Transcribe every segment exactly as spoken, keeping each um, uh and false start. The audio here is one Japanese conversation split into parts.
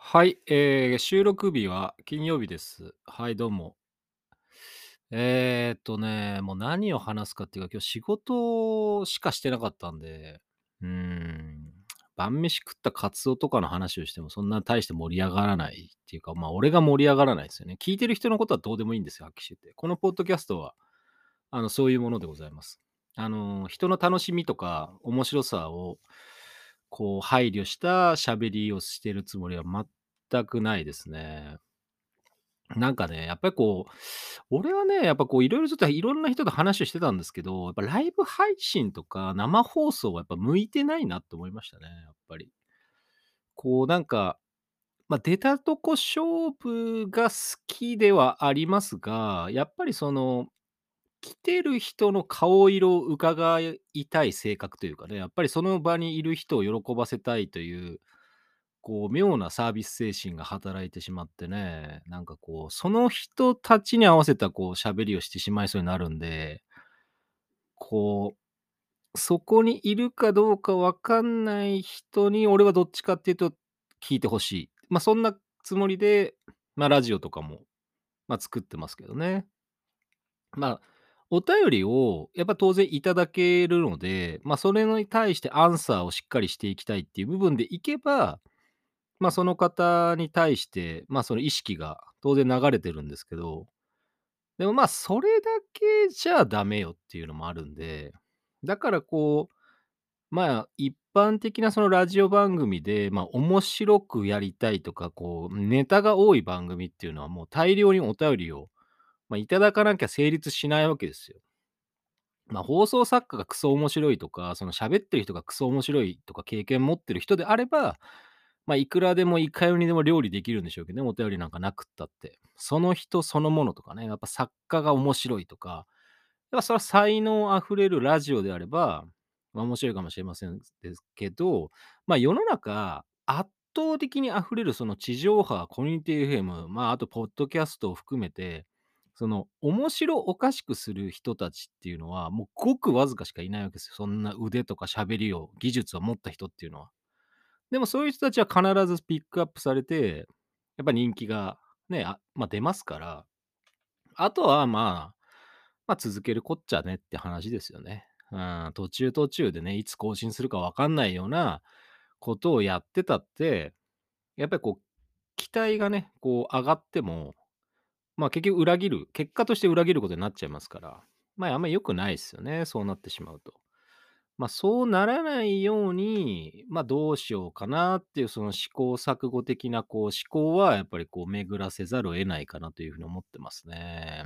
はい、えー、収録日は金曜日です。はい、どうも。えーっとね、もう何を話すかっていうか、今日仕事しかしてなかったんで、うーん、晩飯食ったカツオとかの話をしてもそんな大して盛り上がらないっていうか、まあ俺が盛り上がらないですよね。聞いてる人のことはどうでもいいんですよ、はっきり言って。このポッドキャストは、あの、そういうものでございます。あの、人の楽しみとか面白さを、こう配慮した喋りをしてるつもりは全くないですね。なんかね、やっぱりこう、俺はね、やっぱこういろいろちょっといろんな人と話をしてたんですけど、やっぱライブ配信とか生放送はやっぱ向いてないなって思いましたね、やっぱり。こうなんか、ま、出たとこ勝負が好きではありますが、やっぱりその、来てる人の顔色を伺いたい性格というかね、やっぱりその場にいる人を喜ばせたいというこう、妙なサービス精神が働いてしまってね、なんかこう、その人たちに合わせたこう、喋りをしてしまいそうになるんで、こう、そこにいるかどうかわかんない人に、俺はどっちかっていうと聞いてほしい。ま、そんなつもりで、ま、ラジオとかも、ま、作ってますけどね。まあ、お便りをやっぱ当然いただけるので、ま、それに対してアンサーをしっかりしていきたいっていう部分でいけばま、その方に対して、ま、その意識が当然流れてるんですけど、でも、ま、それだけじゃダメよっていうのもあるんで、だからこう、まあ、一般的なそのラジオ番組で、ま、面白くやりたいとか、こう、ネタが多い番組っていうのはもう大量にお便りを、ま、いただかなきゃ成立しないわけですよ。ま、放送作家がクソ面白いとか、その喋ってる人がクソ面白いとか経験持ってる人であれば、ま、いくらでもいかようにでも料理できるんでしょうけどね、お便りなんかなくったって。その人そのものとかね、やっぱ作家が面白いとか、やっぱそれは才能あふれるラジオであれば、ま、面白いかもしれませんですけど、ま、世の中、圧倒的に溢れるその地上波、コミュニティ エフエム、まあ、あとポッドキャストを含めて、その面白おかしくする人たちっていうのは、もうごくわずかしかいないわけですよ。そんな腕とか喋りを、技術を持った人っていうのは。でもそういう人たちは必ずピックアップされて、やっぱ人気がね、あ、ま、出ますから、あとは、まあ、ま、続けるこっちゃねって話ですよね。うん、途中途中でね、いつ更新するか分かんないようなことをやってたって、やっぱりこう、期待がね、こう上がっても、ま、結局裏切る結果として裏切ることになっちゃいますから、ま、あんまり良くないですよね、そうなってしまうと。まあ、そうならないように、まあ、どうしようかなっていうその試行錯誤的なこう思考はやっぱりこう巡らせざるを得ないかなというふうに思ってますね。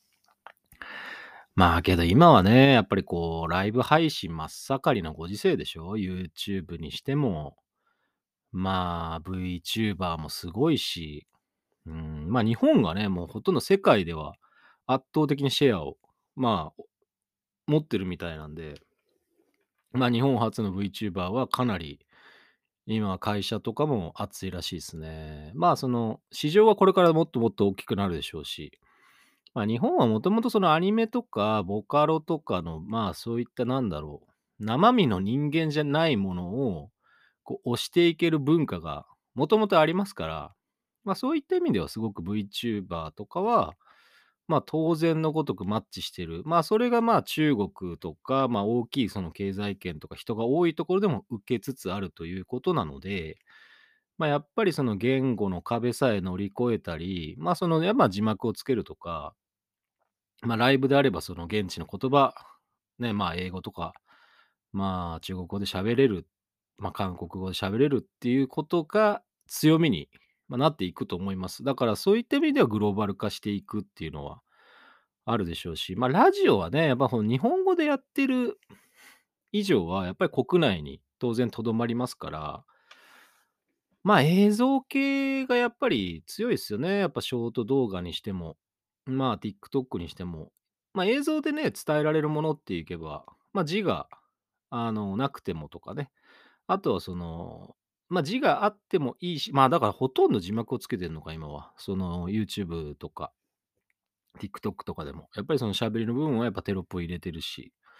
まあ、けど今はね、やっぱりこうライブ配信真っ盛りなご時世でしょ ?YouTube にしても、まあ、VTuber もすごいし、うん、まあ日本がね、もうほとんど世界では圧倒的にシェアを、まあ、持ってるみたいなんで、まあ日本初の VTuber はかなり今、会社とかも熱いらしいですね。まあ、その、市場はこれからもっともっと大きくなるでしょうし、まあ、日本はもともとそのアニメとかボカロとかの、まあ、そういったなんだろう、生身の人間じゃないものを、こう、推していける文化がもともとありますから、まあ、そういった意味ではすごく VTuber とかは、まあ、当然のごとくマッチしてる。まあ、それがまあ、中国とか、まあ、大きいその経済圏とか人が多いところでも受けつつあるということなので、まあ、やっぱりその言語の壁さえ乗り越えたり、まあ、その、や、ま、字幕をつけるとか、まあ、ライブであればその現地の言葉、ね、まあ、英語とか、まあ、中国語で喋れる、まあ、韓国語で喋れるっていうことが強みに、まあ、なっていくと思います。だからそういった意味ではグローバル化していくっていうのはあるでしょうし、まあ、ラジオはね、やっぱほん日本語でやってる以上はやっぱり国内に当然とどまりますから、まあ、映像系がやっぱり強いですよね。やっぱショート動画にしても、まあ、TikTok にしても。まあ、映像でね、伝えられるものっていけば、まあ、字が、あの、なくてもとかね。あとはその、まあ、字があってもいいし、まあ、だからほとんど字幕をつけてるのか、今は。その YouTube とか TikTok とかでも。やっぱりその喋りの部分はやっぱテロップを入れてるし。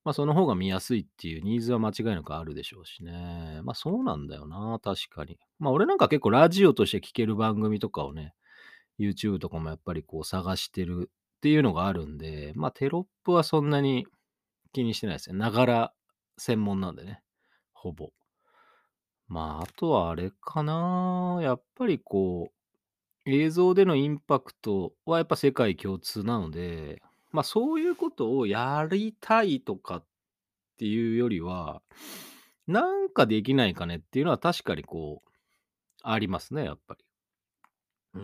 ま、その方が見やすいっていうニーズは間違いなくあるでしょうしね。ま、そうなんだよな、確かに。ま、俺なんか結構ラジオとして聞ける番組とかをね、YouTube とかもやっぱりこう探してるっていうのがあるんで、ま、テロップはそんなに気にしてないですね。ながら専門なんでね、ほぼ。まあ、あとはあれかな、やっぱりこう、映像でのインパクトはやっぱ世界共通なので、ま、そういうことをやりたいとかっていうよりは、なんかできないかねっていうのは確かにこう、ありますね、やっぱり。うん、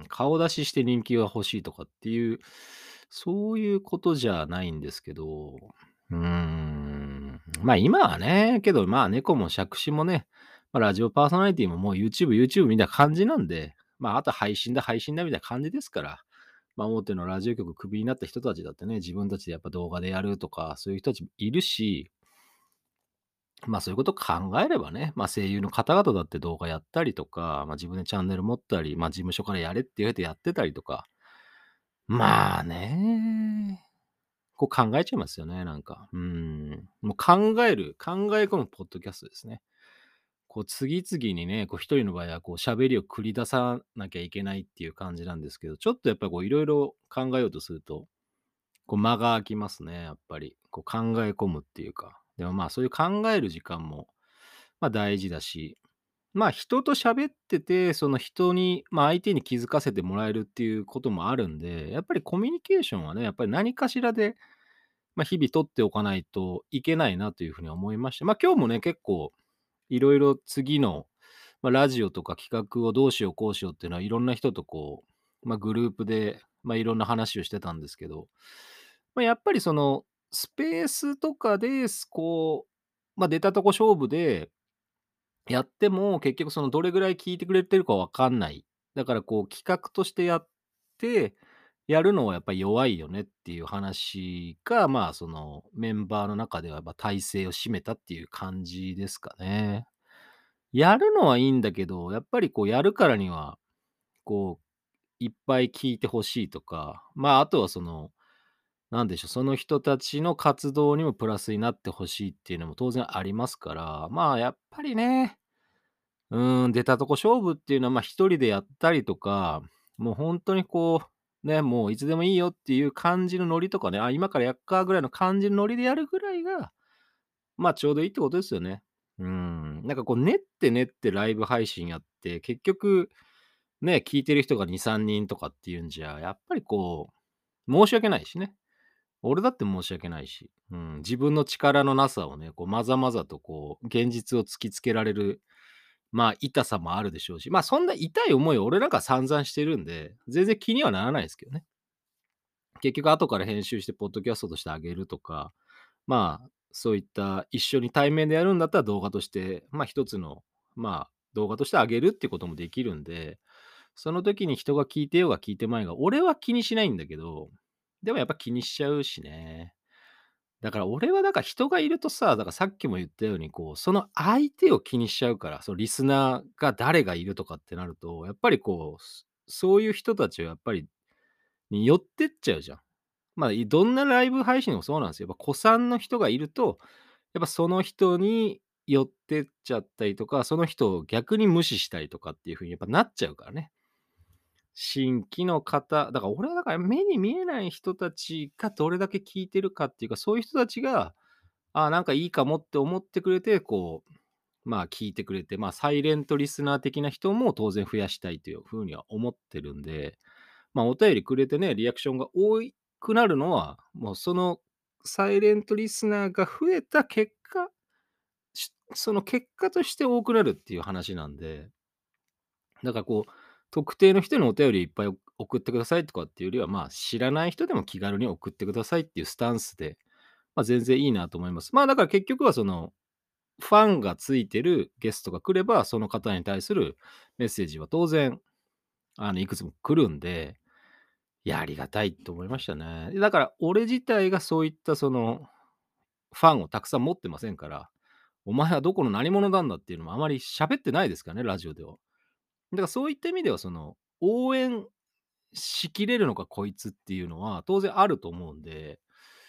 顔出しして人気が欲しいとかっていう、そういうことじゃないんですけど、うーん、ま、今はね、けど、まあ、猫も杓子もね、ま、ラジオパーソナリティももう YouTube、YouTube みたいな感じなんで、まあ、あと配信だ、配信だみたいな感じですから、ま、大手のラジオ局クビになった人たちだってね、自分たちでやっぱ動画でやるとか、そういう人たちもいるし、ま、そういうこと考えればね、ま、声優の方々だって動画やったりとか、ま、自分でチャンネル持ったり、ま、事務所からやれって言われてやってたりとか、まあね、こう考えちゃいますよね、なんか。うーん。もう考える、考え込むポッドキャストですね。こう次々にね、こう一人の場合はこう喋りを繰り出さなきゃいけないっていう感じなんですけど、ちょっとやっぱりこういろいろ考えようとすると、こう間が空きますね、やっぱり。こう考え込むっていうか。でもまあそういう考える時間も、まあ大事だし、まあ人と喋ってて、その人に、まあ相手に気づかせてもらえるっていうこともあるんで、やっぱりコミュニケーションはね、やっぱり何かしらで、まあ日々取っておかないといけないなというふうに思いまして、まあ今日もね、結構いろいろ次の、まあ、ラジオとか企画をどうしようこうしようっていうのはいろんな人とこう、まあ、グループで、まあ、いろんな話をしてたんですけど、まあ、やっぱりそのスペースとかで、すこう、まあ、出たとこ勝負でやっても結局そのどれぐらい聞いてくれてるかわかんない。だからこう企画としてやって、やるのはやっぱり弱いよねっていう話が、まあそのメンバーの中ではやっぱ体制を占めたっていう感じですかね。やるのはいいんだけど、やっぱりこうやるからには、こう、いっぱい聞いてほしいとか、まあ、あとはその、なんでしょう、その人たちの活動にもプラスになってほしいっていうのも当然ありますから、まあ、やっぱりね、うーん、出たとこ勝負っていうのは、まあ、一人でやったりとか、もう本当にこう、ね、もういつでもいいよっていう感じのノリとかね、あ、今からやっかぐらいの感じのノリでやるぐらいが、まあ、ちょうどいいってことですよね。うん。なんかこう練って練ってライブ配信やって、結局、ね、聞いてる人がに、さんにんとかっていうんじゃ、やっぱりこう、申し訳ないしね。俺だって申し訳ないし、うん、自分の力のなさをね、こうまざまざとこう、現実を突きつけられる、まあ、痛さもあるでしょうし、まあ、そんな痛い思いを俺なんか散々してるんで、全然気にはならないですけどね。結局後から編集してポッドキャストとしてあげるとか、まあ、そういった一緒に対面でやるんだったら動画として、まあ一つの、まあ動画としてあげるっていうこともできるんで、その時に人が聞いてようが聞いてまいが、俺は気にしないんだけど、でもやっぱ気にしちゃうしね。だから俺はだから人がいるとさ、だからさっきも言ったように、こう、その相手を気にしちゃうから、そのリスナーが誰がいるとかってなると、やっぱりこう、そそういう人たちはやっぱりに寄ってっちゃうじゃん。まあ、いどんなライブ配信もそうなんですよ。やっぱ古参の人がいると、やっぱその人に寄ってっちゃったりとか、その人を逆に無視したりとかっていう風にやっぱなっちゃうからね。新規の方、だから俺はだから目に見えない人たちがどれだけ聞いてるかっていうか、そういう人たちが、ああ、なんかいいかもって思ってくれて、こう、まあ聞いてくれて、まあサイレントリスナー的な人も当然増やしたいという風には思ってるんで、まあ、お便りくれてね、リアクションが多くなるのは、もうそのサイレントリスナーが増えた結果、しその結果として多くなるっていう話なんで、だからこう、特定の人にお便りいっぱい送ってくださいとかっていうよりは、まあ、知らない人でも気軽に送ってくださいっていうスタンスで、まあ、全然いいなと思います。まあ、だから結局はその、ファンがついてるゲストが来れば、その方に対するメッセージは当然、あの、いくつも来るんで、いや、ありがたいと思いましたね。だから俺自体がそういったその、ファンをたくさん持ってませんから、お前はどこの何者なんだっていうのもあまり喋ってないですからね、ラジオでは。だからそういった意味ではその、応援しきれるのかこいつっていうのは当然あると思うんで、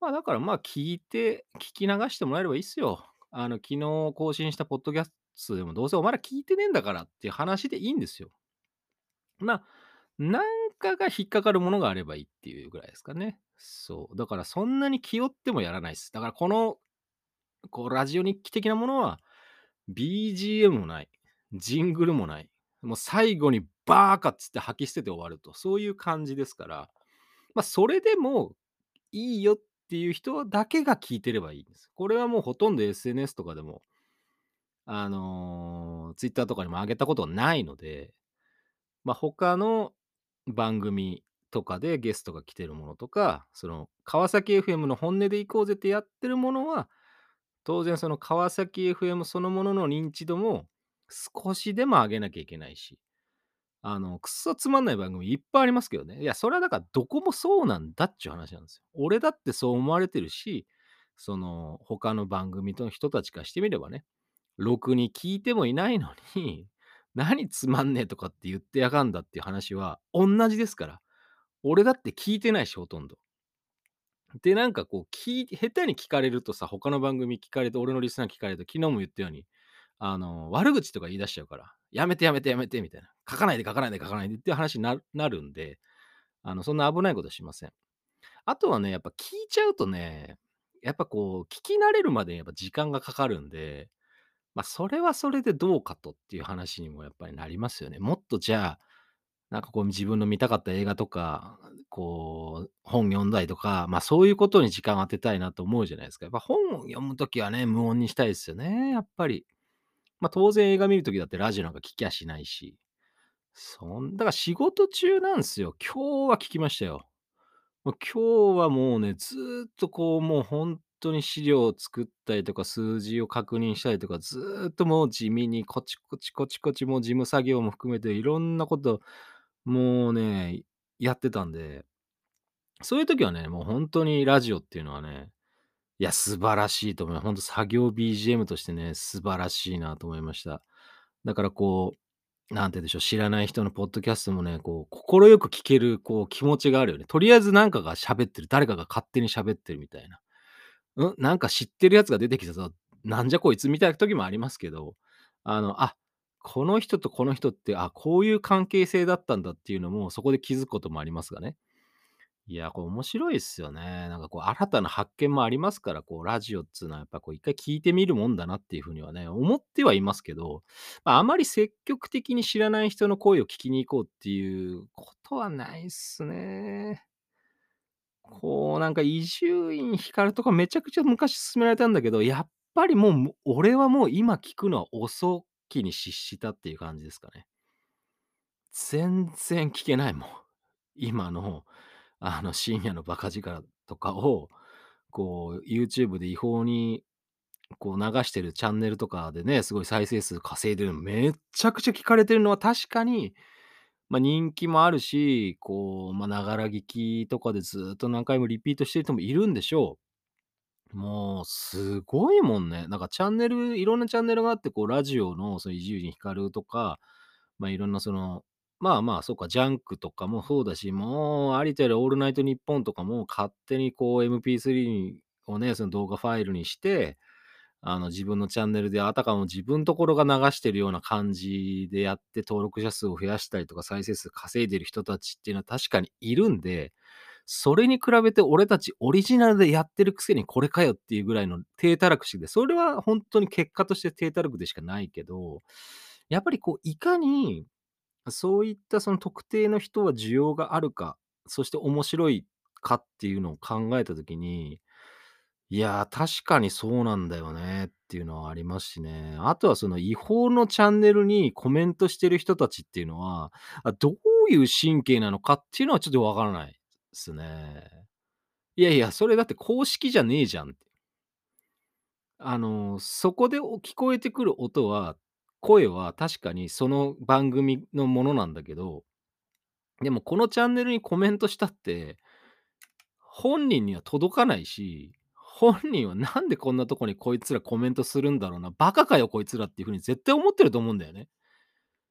まあ、だから、まあ、聞いて聞き流してもらえればいいっすよ。あの、昨日更新したポッドキャストでも、どうせお前ら聞いてねえんだからっていう話でいいんですよ。まあ、なんかが引っかかるものがあればいいっていうぐらいですかね。そう。だからそんなに気負ってもやらないです。だからこの、こうラジオ日記的なものは、ビージーエム もない、ジングルもない、もう最後にバーカっつって吐き捨てて終わると、そういう感じですから、ま、それでもいいよっていう人だけが聞いてればいいんです。これはもうほとんど エスエヌエス とかでも、あの、Twitter とかにも上げたことはないので、まあ、他の番組とかでゲストが来てるものとか、その川崎 エフエム の本音で行こうぜってやってるものは、当然その川崎 エフエム そのものの認知度も少しでも上げなきゃいけないし、あの、くっそつまんない番組いっぱいありますけどね。いや、それはだからどこもそうなんだっちゅう話なんですよ。俺だってそう思われてるし、その他の番組の人たちからしてみればね、ろくに聞いてもいないのに、何つまんねえとかって言ってやがんだっていう話は同じですから。俺だって聞いてないし、ほとんど。で、なんかこう、き下手に聞かれるとさ、他の番組聞かれて、俺のリスナー聞かれると、昨日も言ったように、あの、悪口とか言い出しちゃうから、やめてやめてやめてみたいな。書かないで書かないで書かないでっていう話になるなるんで、あの、そんな危ないことしません。あとはね、やっぱ聞いちゃうとね、やっぱこう、聞き慣れるまでにやっぱ時間がかかるんで、ま、それはそれでどうかとっていう話にもやっぱりなりますよね。もっとじゃあ、なんかこう自分の見たかった映画とか、こう本読んだりとか、ま、そういうことに時間を当てたいなと思うじゃないですか。やっぱ本を読むときはね、無音にしたいですよね、やっぱり。ま、当然映画見るときだってラジオなんか聞きゃしないし。そんだから仕事中なんすよ。今日は聞きましたよ。もう今日はもうね、ずーっとこう、もうほんとに資料を作ったりとか、数字を確認したりとか、ずーっともう地味にコチコチコチコチ、もう事務作業も含めていろんなこと、もうね、やってたんで、そういう時はね、もうほんとにラジオっていうのはね、いや、素晴らしいと思います。ほんと作業 ビージーエム としてね、素晴らしいなと思いました。だからこう、なんて言うんでしょう、知らない人のポッドキャストもね、こう、快く聞けるこう気持ちがあるよね。とりあえずなんかが喋ってる、誰かが勝手に喋ってるみたいな。うん、なんか知ってるやつが出てきたぞ、なんじゃこいつみたいな時もありますけど、あの、あ、この人とこの人って、あ、こういう関係性だったんだっていうのも、そこで気づくこともありますがね。いや、これ面白いっすよね。なんかこう新たな発見もありますから、こうラジオっつうのはやっぱこう一回聞いてみるもんだなっていう風にはね、思ってはいますけど、まあ、あまり積極的に知らない人の声を聞きに行こうっていうことはないっすね。こうなんか伊集院光とかめちゃくちゃ昔勧められたんだけど、やっぱりもう、も俺はもう今聞くのは遅きに失したっていう感じですかね。全然聞けないもん。今の、あの、深夜のバカ力とかを、こう、YouTube で違法に、こう、流してるチャンネルとかでね、すごい再生数稼いでるのめっちゃくちゃ聞かれてるのは確かに、ま、人気もあるし、こう、ま、ながら聞きとかでずっと何回もリピートしてる人もいるんでしょう。もうすごいもんね。なんかチャンネルいろんなチャンネルがあって、こうラジオのその伊集院光とか、ま、いろんなその、まあまあ、そうか、ジャンクとかもそうだし、もうありとあらゆるオールナイトニッポンとかも勝手にこう エムピースリー をね、その動画ファイルにして、あの自分のチャンネルであたかも自分ところが流してるような感じでやって登録者数を増やしたりとか再生数稼いでる人たちっていうのは確かにいるんで、それに比べて俺たちオリジナルでやってるくせにこれかよっていうぐらいの低たらくしで、それは本当に結果として低たらくでしかないけど、やっぱりこういかに、そういったその特定の人は需要があるか、そして面白いかっていうのを考えた時に、いや、確かにそうなんだよねっていうのはありますしね。あとはその違法のチャンネルにコメントしてる人たちっていうのは、あ、どういう神経なのかっていうのはちょっとわからないですね。いやいや、それだって公式じゃねえじゃんって。あの、そこでお聞こえてくる音は声は確かにその番組のものなんだけど、でもこのチャンネルにコメントしたって、本人には届かないし、本人はなんでこんなとこにこいつらコメントするんだろうな、バカかよこいつらっていう風に絶対思ってると思うんだよね。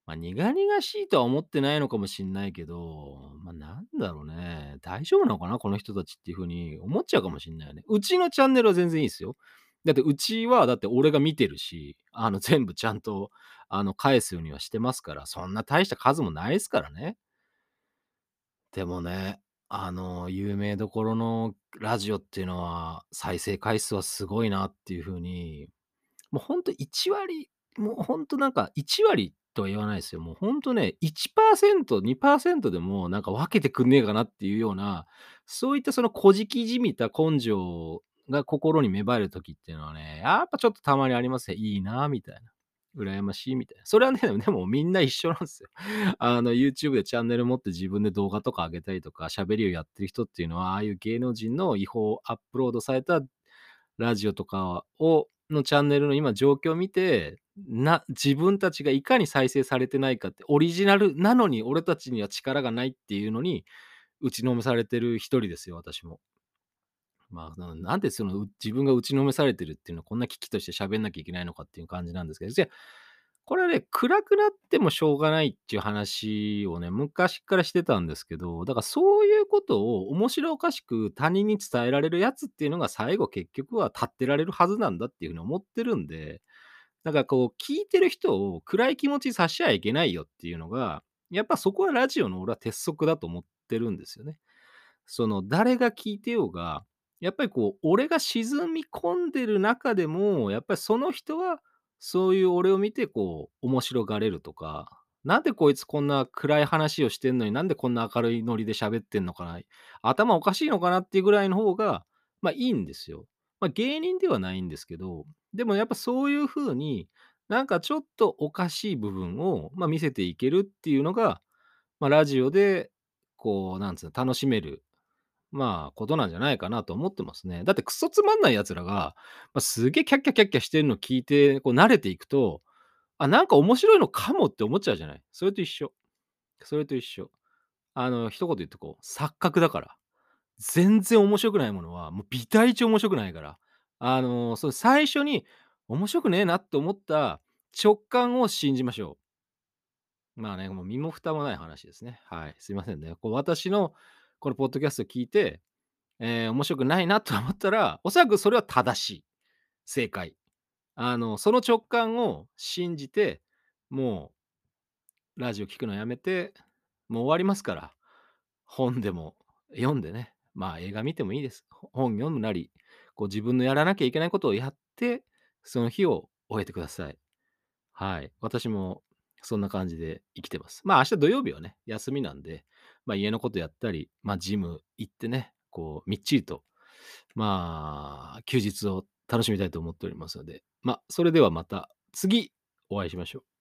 ま、苦々しいとは思ってないのかもしんないけど、ま、なんだろうね、大丈夫なのかな、この人たちっていう風に思っちゃうかもしんないよね。うちのチャンネルは全然いいっすよ。だってうちは、だって俺が見てるし、あの、全部ちゃんと、あの、返すようにはしてますから、そんな大した数もないっすからね。でもね、あの、有名どころのラジオっていうのは、再生回数はすごいなっていう風に、もうほんといち割、もうほんとなんかいち割とは言わないですよ。もうほんとね、いちパーセント、にパーセントでもなんか分けてくんねえかなっていうような、そういったその小じきじみた根性が心に芽生える時っていうのはね、やっぱちょっとたまにありますね。いいなみたいな。羨ましいみたいな。それはね、でもみんな一緒なんすよ。あの、YouTube でチャンネル持って自分で動画とか上げたりとか、喋りをやってる人っていうのは、ああいう芸能人の違法アップロードされたラジオとかをのチャンネルの今状況を見て、な自分たちがいかに再生されてないかって、オリジナルなのに俺たちには力がないっていうのに、打ちのめされてる一人ですよ、私も。まあ、ななんでその、う自分が打ちのめされてるっていうのは、こんな危機として喋んなきゃいけないのかっていう感じなんですけど、じゃあ、これはね、暗くなってもしょうがないっていう話をね、昔からしてたんですけど、だからそういうことを面白おかしく他人に伝えられるやつっていうのが最後結局は立ってられるはずなんだっていう風に思ってるんで、だからこう聞いてる人を暗い気持ちにさしちゃいけないよっていうのが、やっぱそこはラジオの俺は鉄則だと思ってるんですよね。その誰が聞いてようが、やっぱりこう、俺が沈み込んでる中でも、やっぱりその人は、そういう俺を見てこう、面白がれるとか、なんでこいつこんな暗い話をしてんのに、なんでこんな明るいノリで喋ってんのかな、頭おかしいのかなっていうぐらいの方が、ま、いいんですよ。ま、芸人ではないんですけど、でもやっぱそういう風に、なんかちょっとおかしい部分を、ま、見せていけるっていうのが、ま、ラジオで、こう、なんつうの、楽しめるまあ、ことなんじゃないかなと思ってますね。だってクソつまんない奴らが、ま、すげえキャッキャキャッキャしてるの聞いて、こう慣れていくと、あ、なんか面白いのかもって思っちゃうじゃない。それと一緒。それと一緒。あの、一言言ってこう、錯覚だから。全然面白くないものは、もう微体値面白くないから。あの、そう最初に面白くねえなって思った直感を信じましょう。まあね、もう身も蓋もない話ですね。はい、すいませんね。こう私のこのポッドキャスト聞いてえー面白くないなと思ったら、おそらくそれは正しい。正解。あの、その直感を信じて、もうラジオ聞くのやめて、もう終わりますから。本でも読んでね、まあ映画見てもいいです。ほ本読むなり、こう自分のやらなきゃいけないことをやって、その日を終えてください。はい。私もそんな感じで生きてます。まあ明日土曜日はね、休みなんで、まあ家のことやったり、まあジム行ってね、こうみっちりとまあ、休日を楽しみたいと思っておりますので、ま、それではまた次お会いしましょう。